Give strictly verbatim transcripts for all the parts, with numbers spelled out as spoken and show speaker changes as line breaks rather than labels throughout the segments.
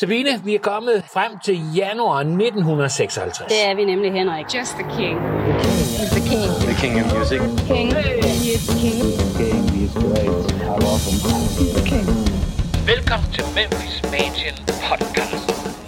Sabine, vi er kommet frem til januar nitten seksoghalvtreds.
Det er vi nemlig, Henrik.
Just the king.
The king.
The king of music.
King. He is the king.
King, he's great. I love him.
He's the king.
Velkommen til Memphis Mansion Podcast.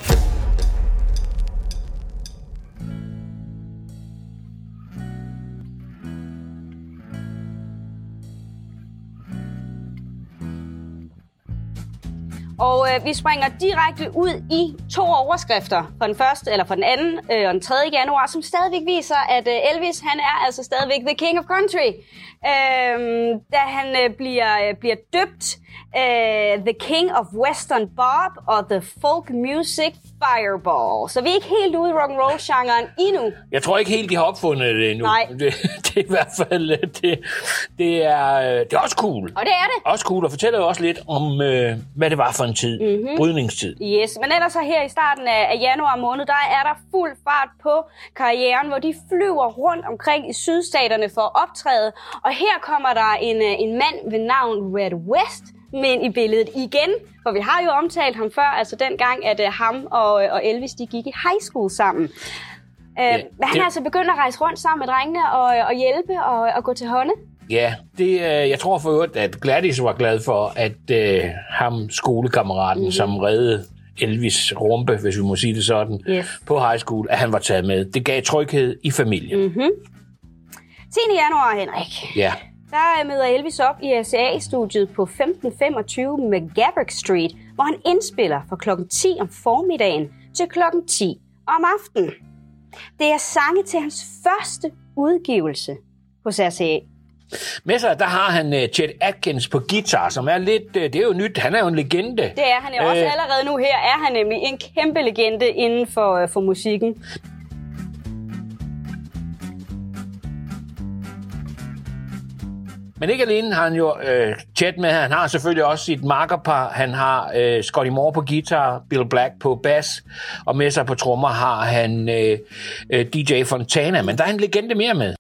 Og øh, vi springer direkte ud i to overskrifter for den første, eller for den anden øh, og den tredje januar, som stadigvæk viser, at øh, Elvis, han er altså stadigvæk the king of country. Øh, da han øh, bliver, øh, bliver døbt øh, the king of western bob og the folk music fireball. Så vi er ikke helt ude i rock'n'roll-genren endnu.
Jeg tror ikke helt, de har opfundet det endnu.
Nej.
Det, det er i hvert fald, det, det, er, det er også cool.
Og det er det.
Også cool, og fortæller jo også lidt om, øh, hvad det var for en tid. Mm-hmm. Brydningstid.
Yes, men ellers så her i starten af, af januar måned, der er der fuld fart på karrieren, hvor de flyver rundt omkring i sydstaterne for at optræde. Og her kommer der en, en mand ved navn Red West men i billedet igen, for vi har jo omtalt ham før, altså dengang, at uh, ham og, og Elvis, de gik i high school sammen. Uh, ja, men han er altså begyndt at rejse rundt sammen med drengene og, og hjælpe og, og gå til hånde.
Ja, det, uh, jeg tror for øvrigt, at Gladys var glad for, at uh, ham, skolekammeraten, mm-hmm. som reddede Elvis rumpe, hvis vi må sige det sådan,
yes.
på high school, at han var taget med. Det gav tryghed i familien.
Mm-hmm. tiende januar, Henrik.
Ja.
Der møder Elvis op i R C A-studiet på femten femogtyve McGaverick Street, hvor han indspiller fra klokken ti om formiddagen til klokken ti om aftenen. Det er sange til hans første udgivelse hos R C A.
Med sig, der har han uh, Chet Atkins på guitar, som er lidt, uh, det er jo nyt, han er jo en legende.
Det er han jo også. Allerede nu her er han nemlig en kæmpe legende inden for, uh, for musikken.
Men ikke alene har han jo øh, Chet med, han har selvfølgelig også sit makkerpar. Han har øh, Scotty Moore på guitar, Bill Black på bass, og med sig på trommer har han øh, øh, D J Fontana. Men der er en legende mere med.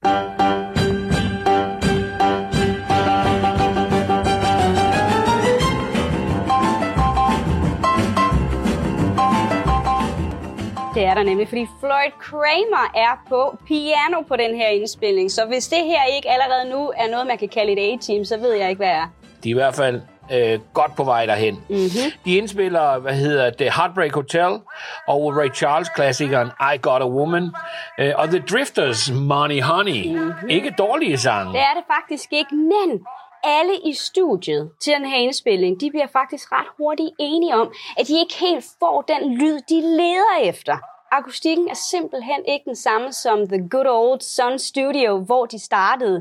Det er der nemlig, fordi Floyd Kramer er på piano på den her indspilning. Så hvis det her ikke allerede nu er noget, man kan kalde et A-team, så ved jeg ikke, hvad er.
De er i hvert fald øh, godt på vej derhen. Mm-hmm. De indspiller, hvad hedder det, Heartbreak Hotel og Ray Charles-klassikeren I Got a Woman øh, og The Drifters Money Honey. Mm-hmm. Ikke dårlige sange.
Det er det faktisk ikke, men alle i studiet til den her indspilning, de bliver faktisk ret hurtigt enige om, at de ikke helt får den lyd, de leder efter. Akustikken er simpelthen ikke den samme som The Good Old Sun Studio, hvor de startede.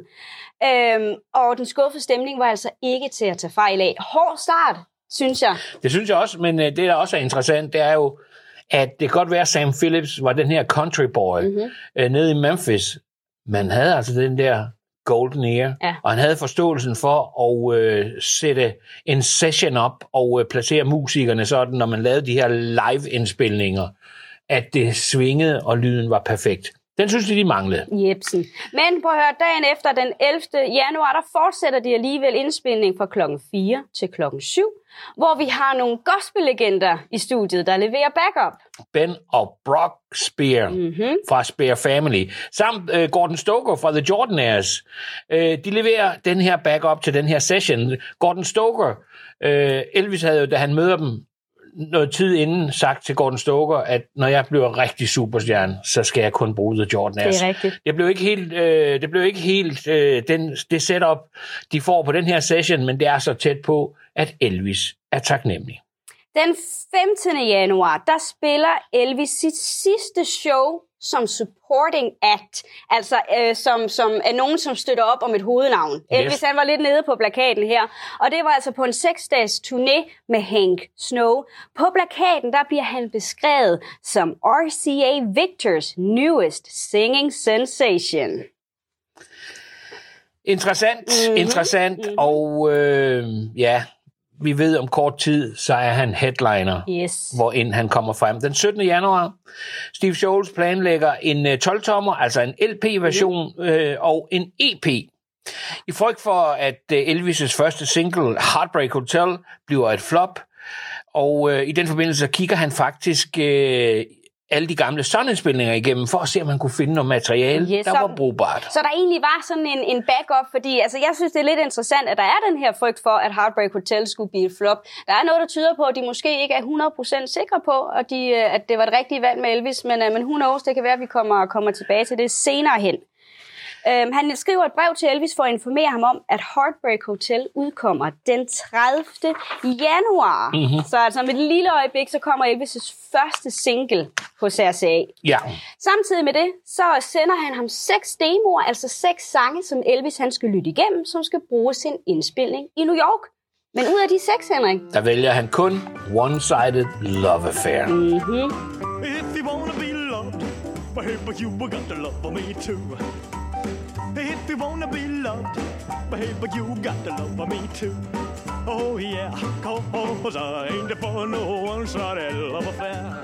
Øhm, og den skuffede stemning var altså ikke til at tage fejl af. Hård start, synes jeg.
Det synes jeg også, men det, der også er interessant, det er jo, at det kan godt være, at Sam Phillips var den her country boy mm-hmm. øh, nede i Memphis. Man havde altså den der golden ear, ja. Og han havde forståelsen for at øh, sætte en session op og øh, placere musikerne sådan, når man lavede de her live-indspilninger, at det svingede, og lyden var perfekt. Den synes de, de manglede.
Jepsen. Men på at høre, dagen efter den ellevte januar, der fortsætter de alligevel indspilning fra klokken fire til klokken syv, hvor vi har nogle gospellegender i studiet, der leverer backup.
Ben og Brock Spear mm-hmm. fra Spear Family, samt uh, Gordon Stoker fra The Jordanaires. Uh, de leverer den her backup til den her session. Gordon Stoker, uh, Elvis havde jo, da han møder dem, noget tid inden sagt til Gordon Stoker, at når jeg bliver rigtig superstjerne, så skal jeg kun bruge The Jordanaires.
Det er rigtigt.
Det blev ikke helt, øh, det blev ikke helt øh, den, det setup, de får på den her session, men det er så tæt på, at Elvis er taknemmelig.
Den femtende januar, der spiller Elvis sit sidste show som supporting act, altså øh, som, som er nogen, som støtter op om et hovednavn. Yes. Elvis, han var lidt nede på plakaten her, og det var altså på en seks-dages turné med Hank Snow. På plakaten, der bliver han beskrevet som R C A Victor's newest singing sensation.
Interessant, mm-hmm. interessant, mm-hmm. og øh, ja, vi ved om kort tid, så er han headliner,
yes.
hvorend han kommer frem. Den syttende januar, Steve Sholes planlægger en tolv-tommer, altså en L P-version mm. øh, og en E P. I frygt for, at Elvis' første single, Heartbreak Hotel, bliver et flop, Og øh, i den forbindelse kigger han faktisk øh, alle de gamle Sun-indspilninger igennem, for at se, om man kunne finde noget materiale, yes, der
så,
var brugbart.
Så der egentlig var sådan en, en backup, fordi altså, jeg synes, det er lidt interessant, at der er den her frygt for, at Heartbreak Hotel skulle blive et flop. Der er noget, der tyder på, at de måske ikke er hundrede procent sikre på, at, de, at det var et rigtigt valg med Elvis, men, men who knows, det kan være, at vi kommer, kommer tilbage til det senere hen. Um, han skriver et brev til Elvis for at informere ham om, at Heartbreak Hotel udkommer den tredivte januar. Mm-hmm. Så altså med et lille øjeblik, så kommer Elvis' første single hos R C A.
Ja.
Samtidig med det, så sender han ham seks demoer, altså seks sange, som Elvis han skal lytte igennem, som skal bruge sin indspilning i New York. Men ud af de seks, Henrik,
der vælger han kun One-Sided Love Affair.
Mm-hmm.
If you wanna be loved, baby, you got to love me too. If you wanna be loved, baby, you got to love me too. Oh yeah, cause I ain't for no one-sided love affair.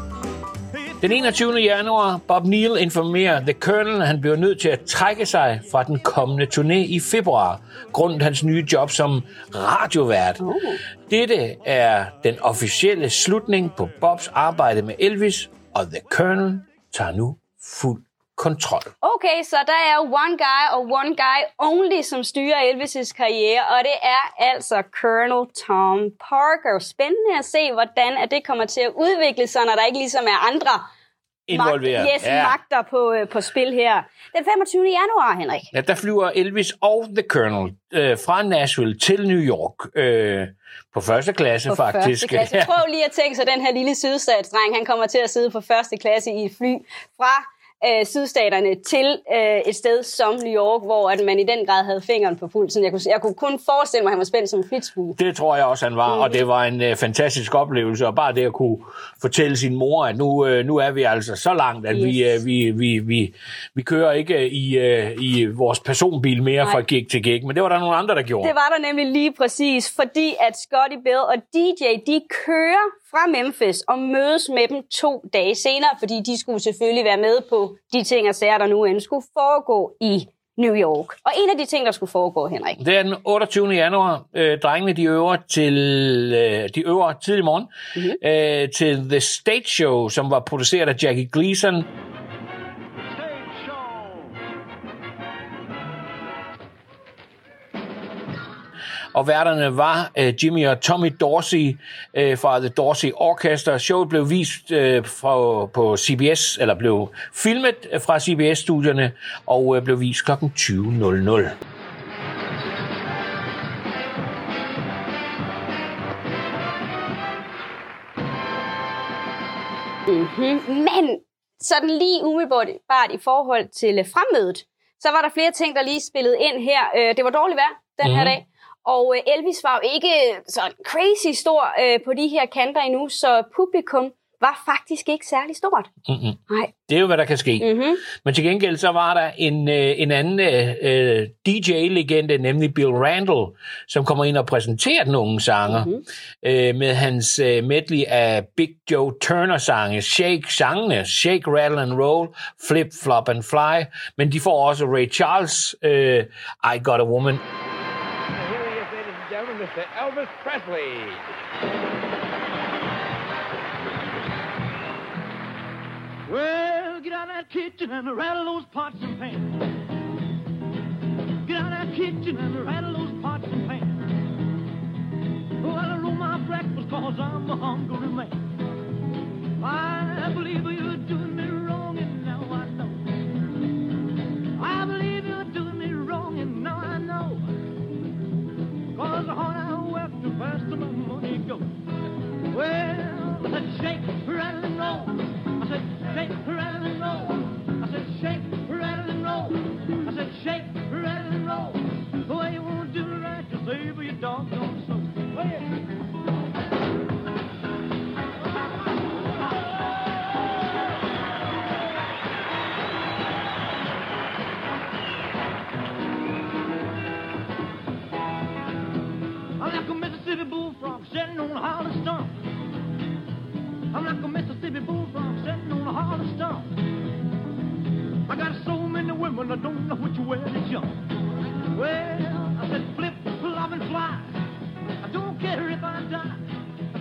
Den enogtyvende januar, Bob Neal informerer The Colonel, at han bliver nødt til at trække sig fra den kommende turné i februar, grundet hans nye job som radiovært. Oh. Dette er den officielle slutning på Bobs arbejde med Elvis, og The Colonel tager nu fuld kontrol.
Okay, så der er one guy og one guy only, som styrer Elvis' karriere, og det er altså Colonel Tom Parker. Spændende at se, hvordan at det kommer til at udvikle sig, når der ikke ligesom er andre
involveret.
Magt, yes, ja. magter på, på spil her. Den femogtyvende januar, Henrik.
Ja, der flyver Elvis og The Colonel øh, fra Nashville til New York. Øh, på første klasse,
på
faktisk.
Første klasse.
Ja.
Prøv lige at tænke sig, den her lille sydstatsdreng, han kommer til at sidde på første klasse i et fly fra Øh, sydstaterne til øh, et sted som New York, hvor at man i den grad havde fingeren på pulsen. Jeg kunne, jeg kunne kun forestille mig, at han var spændt som en flitsbue.
Det tror jeg også, han var, mm. og det var en øh, fantastisk oplevelse, og bare det at kunne fortælle sin mor, at nu, øh, nu er vi altså så langt, at yes. vi, øh, vi, vi, vi, vi kører ikke i, øh, i vores personbil mere Nej. fra gig til gig, men det var der nogle andre, der gjorde.
Det var der nemlig lige præcis, fordi at Scotty Bill og D J, de kører fra Memphis og mødes med dem to dage senere, fordi de skulle selvfølgelig være med på de ting og sager, der nu end skulle foregå i New York. Og en af de ting, der skulle foregå, Henrik.
Det er den otteogtyvende januar. Øh, drengene, de øver, til, øh, de øver tidlig morgen mm-hmm. øh, til The Stage Show, som var produceret af Jackie Gleason. Og værterne var uh, Jimmy og Tommy Dorsey uh, fra The Dorsey Orchestra. Showet blev vist uh, fra, på C B S, eller blev filmet fra C B S-studierne, og uh, blev vist klokken tyve nul nul.
Mm-hmm. Men sådan lige umiddelbart i forhold til fremmødet, så var der flere ting, der lige spillede ind her. Uh, det var dårligt vejr den her mm-hmm. dag. Og Elvis var jo ikke så crazy stor øh, på de her kanter endnu, så publikum var faktisk ikke særlig stort.
Mm-hmm.
Nej.
Det er jo, hvad der kan ske. Mm-hmm. Men til gengæld så var der en, øh, en anden øh, D J-legende, nemlig Bill Randall, som kommer ind og præsenterer nogle sanger mm-hmm. øh, med hans øh, medley af Big Joe Turner-sange, Shake-sangene, Shake, Rattle and Roll, Flip, Flop and Fly, men de får også Ray Charles, øh, I Got a Woman.
Mister Elvis Presley.
Well, get out of that kitchen and rattle those pots and pans. Get out of that kitchen and rattle those pots and pans. Oh, I'll roll my breakfast cause I'm a hungry man. I believe you're doing me wrong and now I know. I believe you're doing me wrong and now I know. Cause the heart I work the faster my money goes. Well, I said shake, rattle and roll. I said shake, rattle and roll. I said shake, rattle and roll. I said shake, rattle and roll. The way you won't do it right, just save your doggone soul. Oh, yeah. I'm like a Mississippi bullfrog sitting on a hollow stump. I'm like a Mississippi bullfrog sitting on a hollow stump. I got so many women I don't know which way to jump. Well, I said flip, flop and fly. I don't care if I die. I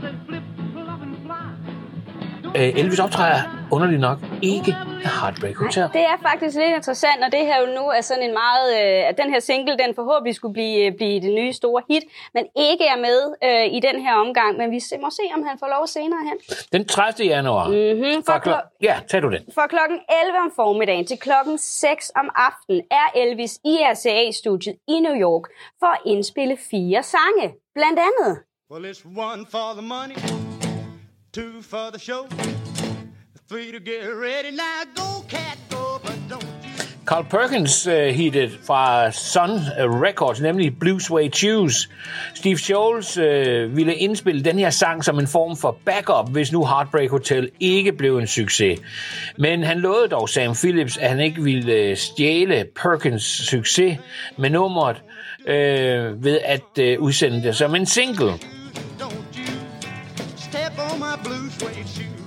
Elvis optræder underligt nok ikke af Heartbreak Hotel.
Det er faktisk lidt interessant, og det her jo nu er sådan en meget... Øh, at den her single, den forhåbentlig skulle blive, blive det nye store hit, men ikke er med øh, i den her omgang, men vi må se, om han får lov senere hen.
Den tredivte januar.
Mm-hmm.
For kl- ja, tag du den.
For klokken elleve om formiddagen til klokken seks om aftenen er Elvis i R C A-studiet i New York for at indspille fire sange. Blandt andet...
Well, it's one for the money, two for the show, three to get ready. Now go, cat, go, but don't you...
Carl Perkins uh, hittet fra Sun Records, nemlig Blue Suede Shoes. Steve Sholes uh, ville indspille den her sang som en form for backup, hvis nu Heartbreak Hotel ikke blev en succes. Men han lovede dog Sam Phillips, at han ikke ville uh, stjæle Perkins' succes med nummeret uh, ved at uh, udsende det som en single.
On my blue suede shoe.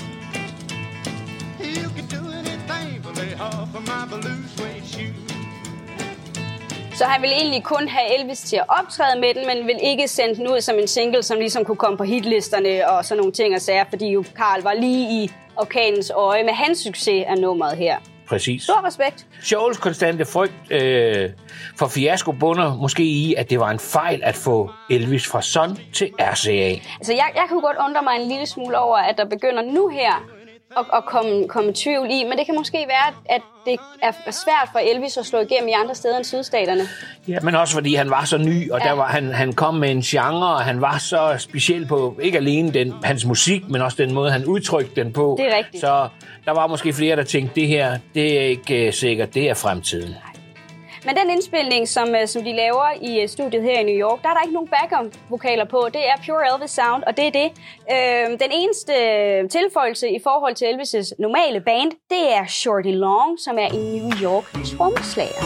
You can do anything but lay off of my blue suede shoe.
Så han ville egentlig kun have Elvis til at optræde med den, men ville ikke sende den ud som en single, som ligesom kunne komme på hitlisterne og sådan nogle ting og sager, fordi jo Carl var lige i orkanens øje med hans succes af nummeret her.
Præcis.
Stor respekt.
Shows konstante frygt øh, for fiasko bunder måske i, at det var en fejl at få Elvis fra Sun til R C A.
Altså, jeg, jeg kunne godt undre mig en lille smule over, at der begynder nu her at, at komme, komme tvivl i, men det kan måske være, at det er svært for Elvis at slå igennem i andre steder end sydstaterne.
Ja, men også fordi han var så ny, og
ja.
der var, han, han kom med en genre, og han var så speciel på, ikke alene den, hans musik, men også den måde, han udtrykte den på.
Det er rigtigt.
Så der var måske flere, der tænkte, det her, det er ikke uh, sikkert, det er fremtiden.
Men den indspilning, som, som de laver i studiet her i New York, der er der ikke nogen backup-vokaler på. Det er pure Elvis sound, og det er det. Øh, den eneste tilføjelse i forhold til Elvis' normale band, det er Shorty Long, som er en New York trommeslager.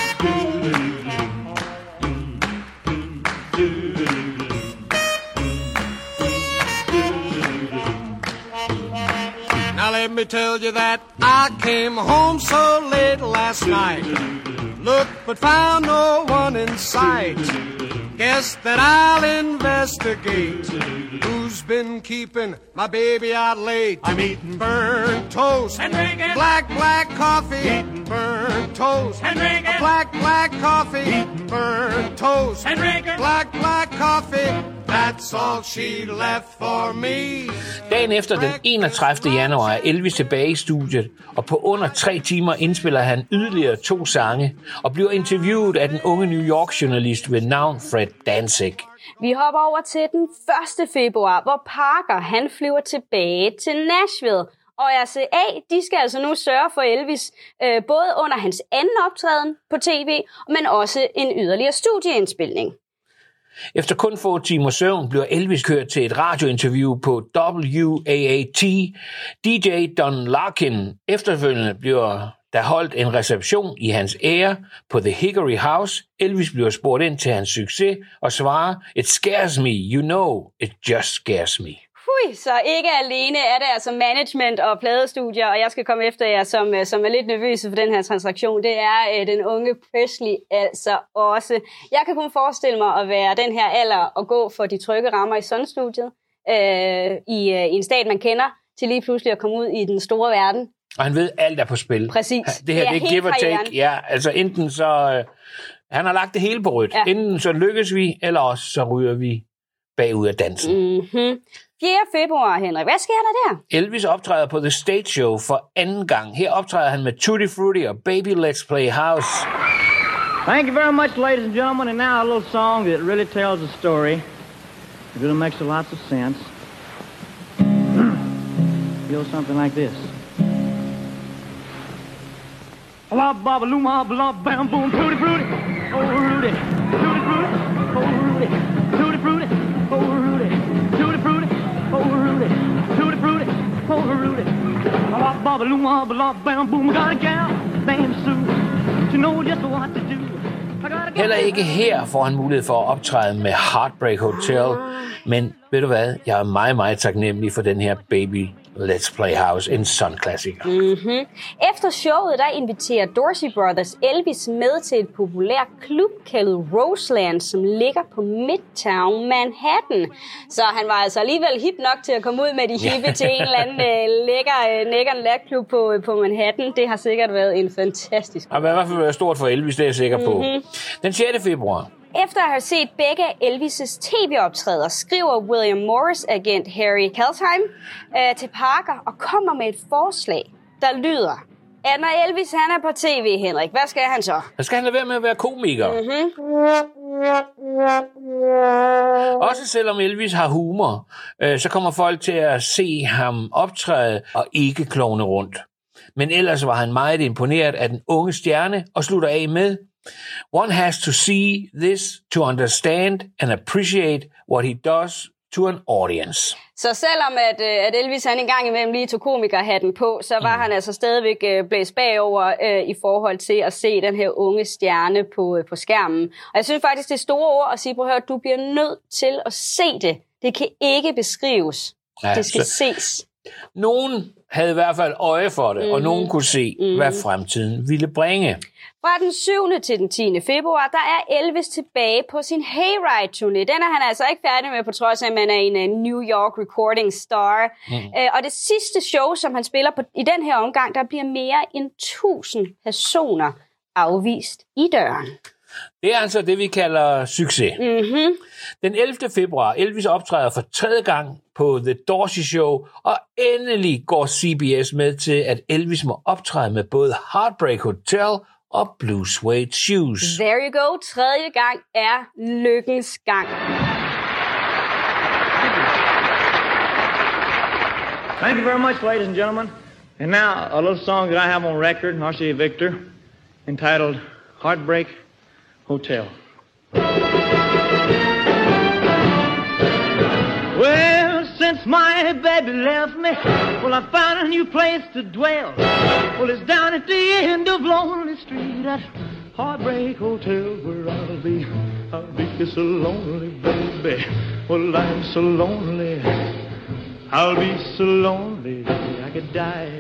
Now let me tell you that I came home so late last night. Looked but found no one in sight. Guess that I'll investigate who's been keeping my baby out late. I'm eating burnt toast and drinking black, black coffee. Eating burnt toast and drinking black, black coffee. Eating burnt toast and drinking black, black coffee. That's all she left for me.
Dagen efter den enogtredivte januar er Elvis tilbage i studiet, og på under tre timer indspiller han yderligere to sange og bliver interviewet af den unge New York-journalist ved navn Fred Danzig.
Vi hopper over til den første februar, hvor Parker han flyver tilbage til Nashville. Og R C A, de skal altså nu sørge for Elvis, øh, både under hans anden optræden på tv, men også en yderligere studieindspilning.
Efter kun få timer søvn bliver Elvis kørt til et radiointerview på W A A T. D J Don Larkin. Efterfølgende bliver der holdt en reception i hans ære på The Hickory House. Elvis bliver spurgt ind til hans succes og svarer, "It scares me, you know, it just scares me."
Hui, så ikke alene er det altså management og pladestudier, og jeg skal komme efter jer, som, som er lidt nervøse for den her transaktion. Det er øh, den unge Presley altså også. Jeg kan kun forestille mig at være den her alder og gå for de trygge rammer i Sun-studiet øh, i, øh, i en stat, man kender, til lige pludselig at komme ud i den store verden.
Og han ved, alt er på spil.
Præcis.
Det her, det er,
det er
give or take. Ja, altså enten så... Øh, han har lagt det hele på rødt. Ja. Enten så lykkes vi, eller også så ryger vi bagud af dansen.
Mm-hmm. fjerde februar, Henrik. Hvad sker der der?
Elvis optræder på The Stage Show for anden gang. Her optræder han med Tutti Frutti og Baby Let's Play House.
Thank you very much, ladies and gentlemen. And now a little song that really tells a story. It really makes a lot of sense. Feels something like this. La ba ba luma bla bam boom tutti frutti, oh Rudy, tutti frutti, oh Rudy, tutti frutti, oh Rudy, tutti frutti, oh Rudy, tutti frutti, oh Rudy. La ba ba luma bla bam boom, got a gal named Sue, she know just what to do.
Heller ikke her får han mulighed for at optræde med Heartbreak Hotel, men ved du hvad, jeg er meget, meget taknemmelig for den her Baby Let's Play House, en sådan klassiker.
Mm-hmm. Efter showet, der inviterer Dorsey Brothers Elvis med til et populært klub kaldet Roseland, som ligger på Midtown Manhattan. Så han var altså alligevel hip nok til at komme ud med de hippe til en eller anden øh, lækker, øh, lækker natklub på, øh, på Manhattan. Det har sikkert været en fantastisk...
Det har i hvert fald været stort for Elvis, det er jeg sikker på. Mm-hmm. Den sjette februar.
Efter at have set begge Elvis' tv-optræder, skriver William Morris agent Harry Kaltheim øh, til Parker og kommer med et forslag, der lyder, at når Elvis han er på tv, Henrik, hvad skal han så?
Så skal han lade være med at være komiker.
Mm-hmm.
Også selvom Elvis har humor, øh, så kommer folk til at se ham optræde og ikke klovne rundt. Men ellers var han meget imponeret af den unge stjerne og slutter af med: One has to see this to understand and appreciate what he does to an audience.
Så selvom at, at Elvis han engang imellem lige tog komikerhatten på, så var mm. han altså stadigvæk blæst bagover øh, i forhold til at se den her unge stjerne på, på skærmen. Og jeg synes faktisk, det er store ord at sige, prøv at høre, du bliver nødt til at se det. Det kan ikke beskrives. Ja, det skal så ses.
Nogen havde i hvert fald øje for det, mm. og nogen kunne se, mm. hvad fremtiden ville bringe.
Fra den syvende til den tiende februar, der er Elvis tilbage på sin Hayride-turné. Den er han altså ikke færdig med, på trods af, at man er en uh, New York recording star. Mm. Uh, og det sidste show, som han spiller på i den her omgang, der bliver mere end tusind personer afvist i døren.
Det er altså det, vi kalder succes.
Mm-hmm.
Den ellevte februar, Elvis optræder for tredje gang på The Dorsey Show, og endelig går C B S med til, at Elvis må optræde med både Heartbreak Hotel og Blue Suede Shoes.
There you go. Tredje gang er lykkens gang.
Thank you very much, ladies and gentlemen. And now, a little song that I have on record, R C A Victor, entitled Heartbreak Hotel. Well, since my baby left me, well, I found a new place to dwell. Well, it's down at the end of Lonely Street at Heartbreak Hotel, where I'll be. I'll be so lonely, baby. Well, I'm so lonely. I'll be so lonely I could die.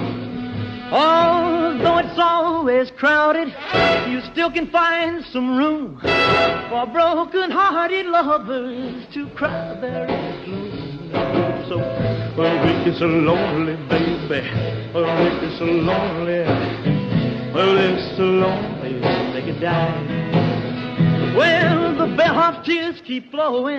Although it's always crowded, you still can find some room for broken-hearted lovers to cry there in gloom. So, well, we get so lonely, baby. Well, we get so lonely. Well, they're so lonely they could die. Well, the bellhop's tears keep flowing.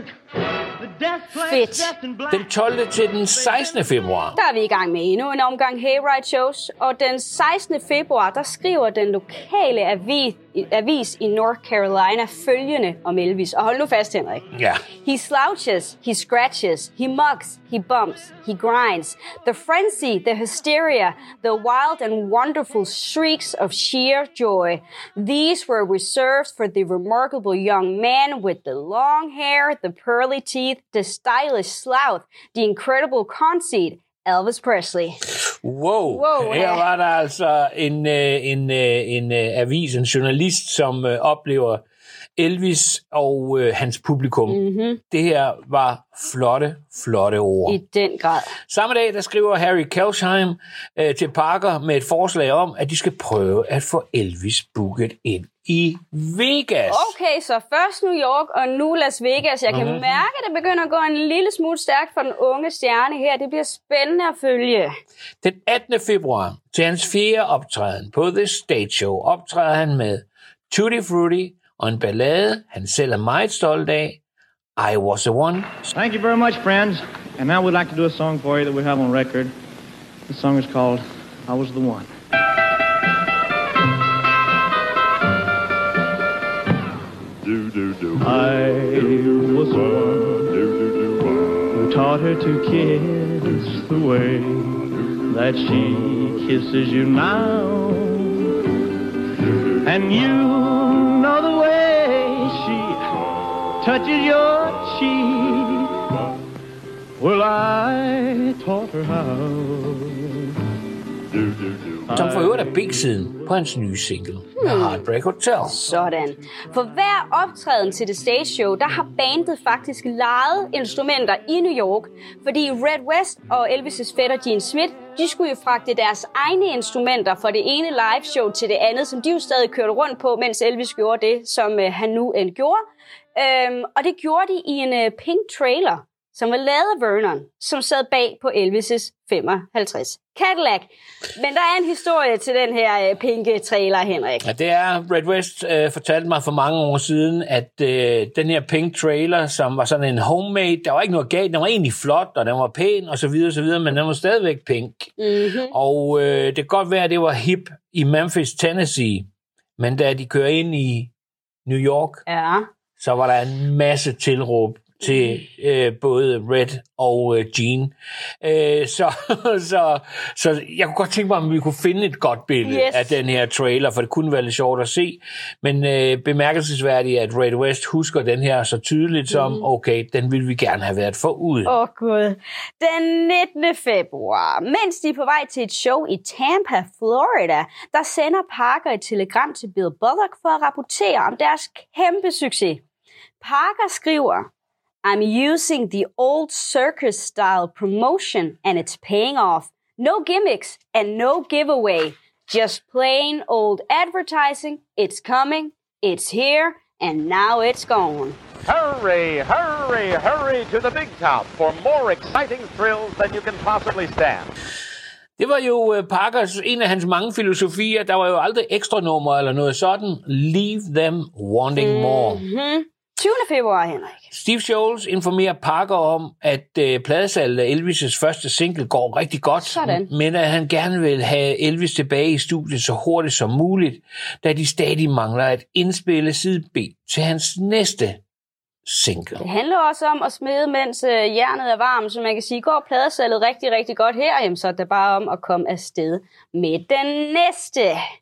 Fedt.
Den tolvte til den sekstende februar.
Der er vi i gang med endnu en omgang Hayride shows, og den sekstende februar, der skriver den lokale avis, avis i North Carolina følgende om Elvis. Og hold nu fast, Henrik.
Ja.
He slouches, he scratches, he mugs, he bumps, he grinds. The frenzy, the hysteria, the wild and wonderful shrieks of sheer joy. These were reserved for the remarkable young man with the long hair, the pearly teeth, the stylish slouch, the incredible conceit, Elvis Presley.
Wow,
wow
her var der altså en, en, en, en avis, en journalist, som oplever Elvis og øh, hans publikum.
Mm-hmm.
Det her var flotte, flotte ord.
I den grad.
Samme dag, der skriver Harry Kaltheim øh, til Parker med et forslag om, at de skal prøve at få Elvis booket ind i Vegas.
Okay, så først New York og nu Las Vegas. Jeg kan mm-hmm. mærke, at det begynder at gå en lille smule stærkt for den unge stjerne her. Det bliver spændende at følge.
Den attende februar, til hans fjerde optræden på The Stage Show, optræder han med Tutti Frutti og en ballade, han selv er meget stolt af, I Was The One.
Thank you very much, friends. And now we'd like to do a song for you that we have on record. The song is called I Was The One.
Do, do, do.
I was the one who taught her to kiss the way that she kisses you now. And you know the way she touches your cheek. Well, I taught her how.
Som for øvrigt er B-siden på hans nye single, hmm. Heartbreak Hotel.
Sådan. For hver optræden til The Stage Show, der har bandet faktisk lejet instrumenter i New York, fordi Red West og Elvis' fætter Gene Smith, de skulle jo fragte deres egne instrumenter fra det ene live show til det andet, som de jo stadig kørte rundt på, mens Elvis gjorde det, som øh, han nu end gjorde. Øhm, og det gjorde de i en øh, pink trailer, som var lavet af Vernon, som sad bag på Elvis' femoghalvtreds Cadillac. Men der er en historie til den her øh, pinke trailer, Henrik.
Ja, det er Red West øh, fortalte mig for mange år siden, at øh, den her pink trailer, som var sådan en homemade, der var ikke noget galt, den var egentlig flot, og den var pæn, og så videre, og så videre, men den var stadigvæk pink. Mm-hmm. Og øh, det kan godt være, at det var hip i Memphis, Tennessee, men da de kører ind i New York,
ja.
så var der en masse tilråb til øh, både Red og øh, Gene. Øh, så, så, så jeg kunne godt tænke mig, om vi kunne finde et godt billede yes. af den her trailer, for det kunne være lidt sjovt at se. Men øh, bemærkelsesværdigt, at Red West husker den her så tydeligt som, mm. okay, den ville vi gerne have været forud.
Åh oh, gud. Den nittende februar, mens de er på vej til et show i Tampa, Florida, der sender Parker et telegram til Bill Bullock for at rapportere om deres kæmpe succes. Parker skriver, I'm using the old circus-style promotion, and it's paying off. No gimmicks and no giveaway. Just plain old advertising. It's coming, it's here, and now it's gone.
Hurry, hurry, hurry to the big top for more exciting thrills than you can possibly stand.
Det var jo Parkers, en af hans mange filosofier. Der var jo aldrig ekstra nummer eller noget sådan. Leave them wanting more.
Mm-hmm. tyvende februar, Henrik.
Steve Sholes informerer Parker om, at øh, pladesalget af Elvis' første single går rigtig godt,
Sådan.
men at han gerne vil have Elvis tilbage i studiet så hurtigt som muligt, da de stadig mangler at indspille side B til hans næste single.
Det handler også om at smide, mens øh, jernet er varmt, så man kan sige, går pladesalget rigtig, rigtig godt her, jamen, så er det bare om at komme afsted med den næste.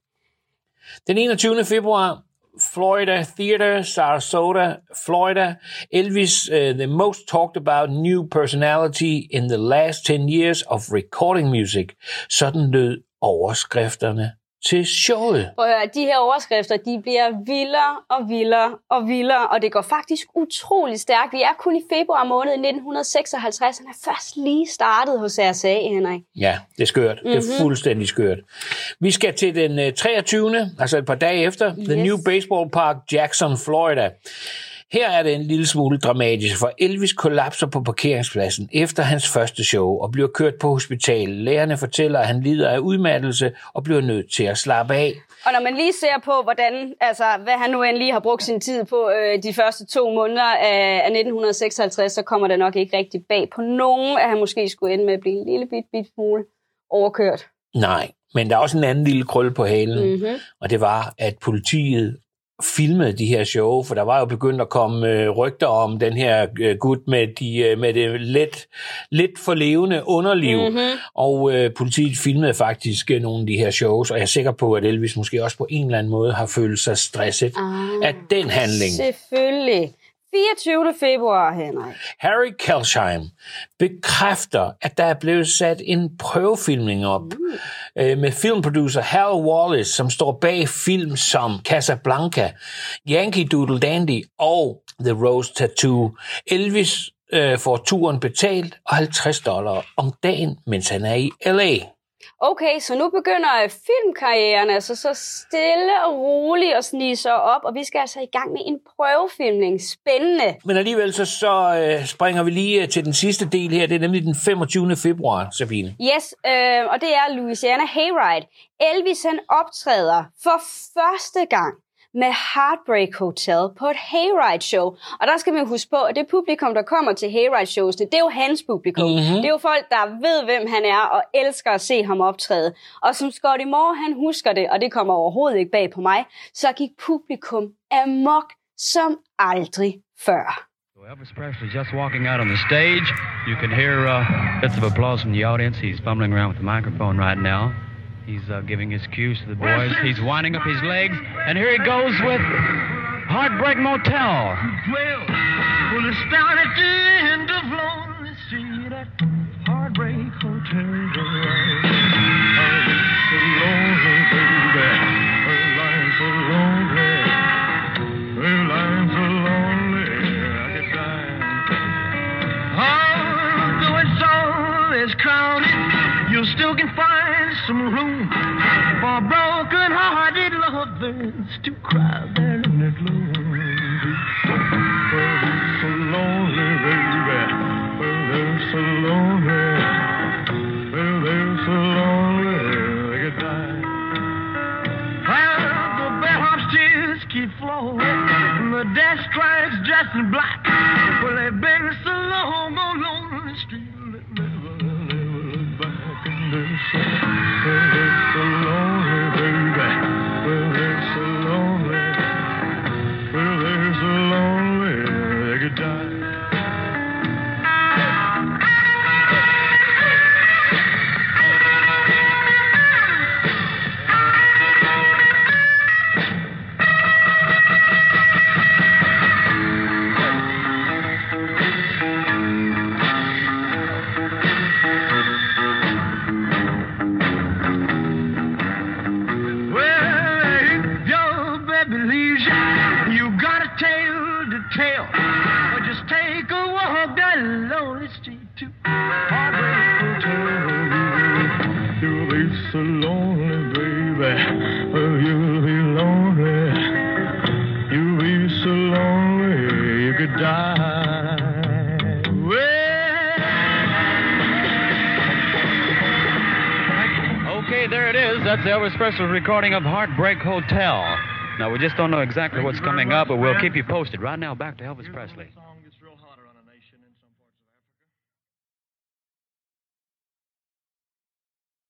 Den enogtyvende februar, Florida Theater, Sarasota, Florida. Elvis, uh, the most talked about new personality in the last ten years of recording music. Sådan lød overskrifterne til showet.
Prøv at høre, de her overskrifter, de bliver vildere og vildere og vildere, og det går faktisk utrolig stærkt. Vi er kun i februar måned nitten seksoghalvtreds, han er først lige startet hos R S A, Henrik.
Ja, det er skørt. Mm-hmm. Det er fuldstændig skørt. Vi skal til den treogtyvende, altså et par dage efter, yes. The New Baseball Park, Jackson, Florida. Her er det en lille smule dramatisk, for Elvis kollapser på parkeringspladsen efter hans første show og bliver kørt på hospital. Lægerne fortæller, at han lider af udmattelse og bliver nødt til at slappe af.
Og når man lige ser på, hvordan, altså, hvad han nu endelig har brugt sin tid på øh, de første to måneder af, af nitten seksoghalvtreds, så kommer det nok ikke rigtig bag på nogen, at han måske skulle ende med at blive en lille bit, bit smule overkørt.
Nej, men der er også en anden lille krølle på halen, mm-hmm. og det var, at politiet filmede de her show, for der var jo begyndt at komme øh, rygter om den her øh, gut med, de, øh, med det let, lidt for levende underliv, mm-hmm. og øh, politiet filmede faktisk øh, nogle af de her shows, og jeg er sikker på, at Elvis måske også på en eller anden måde har følt sig stresset ah, af den handling.
Selvfølgelig. fireogtyvende februar, Henrik.
Harry Kelsheim bekræfter, at der er blevet sat en prøvefilmning op mm. øh, med filmproducer Hal Wallis, som står bag film som Casablanca, Yankee Doodle Dandy og The Rose Tattoo. Elvis øh, får turen betalt og halvtreds dollar om dagen, mens han er i L A.
Okay, så nu begynder filmkarrieren altså så stille og roligt at snige sig op, og vi skal altså i gang med en prøvefilmning. Spændende.
Men alligevel så, så øh, springer vi lige til den sidste del her. Det er nemlig den femogtyvende februar, Sabine.
Yes, øh, og det er Louisiana Hayride. Elvis han optræder for første gang med Heartbreak Hotel på et Hayride-show. Og der skal man huske på, at det publikum, der kommer til Hayride-showsene, det er jo hans publikum. Mm-hmm. Det er jo folk, der ved, hvem han er, og elsker at se ham optræde. Og som Scotty Moore, han husker det, og det kommer overhovedet ikke bag på mig, så gik publikum amok som aldrig før.
Elvis Presley just walking out on the stage. You can hear uh, bits of applause from the audience. He's fumbling around with the microphone right now. He's uh, giving his cues to the boys. He's winding up his legs. And here he goes with Heartbreak Motel.
Well, well, it's down at the end of Lonely Street at Heartbreak Hotel.
is crowded, you still can find some room for broken-hearted lovers to cry their lonely blues. Well, they're so lonely, baby. Well, they're so lonely. Well, they're so lonely they could die. Well, the bellhop's tears keep flowing, the death strikes dressed in black. Well, they've been so long on lonely street, they'll never, never look back. And they're so, well, they're so lonely, baby. Well, they're so lonely. Well, they're so lonely they could die. So lonely, baby. Well, you'll be lonely. You'll be so lonely you could die. Well.
Okay, there it is. That's Elvis Presley's recording of Heartbreak Hotel. Now, we just don't know exactly what's coming up, but we'll keep you posted. Right now, back to Elvis Presley.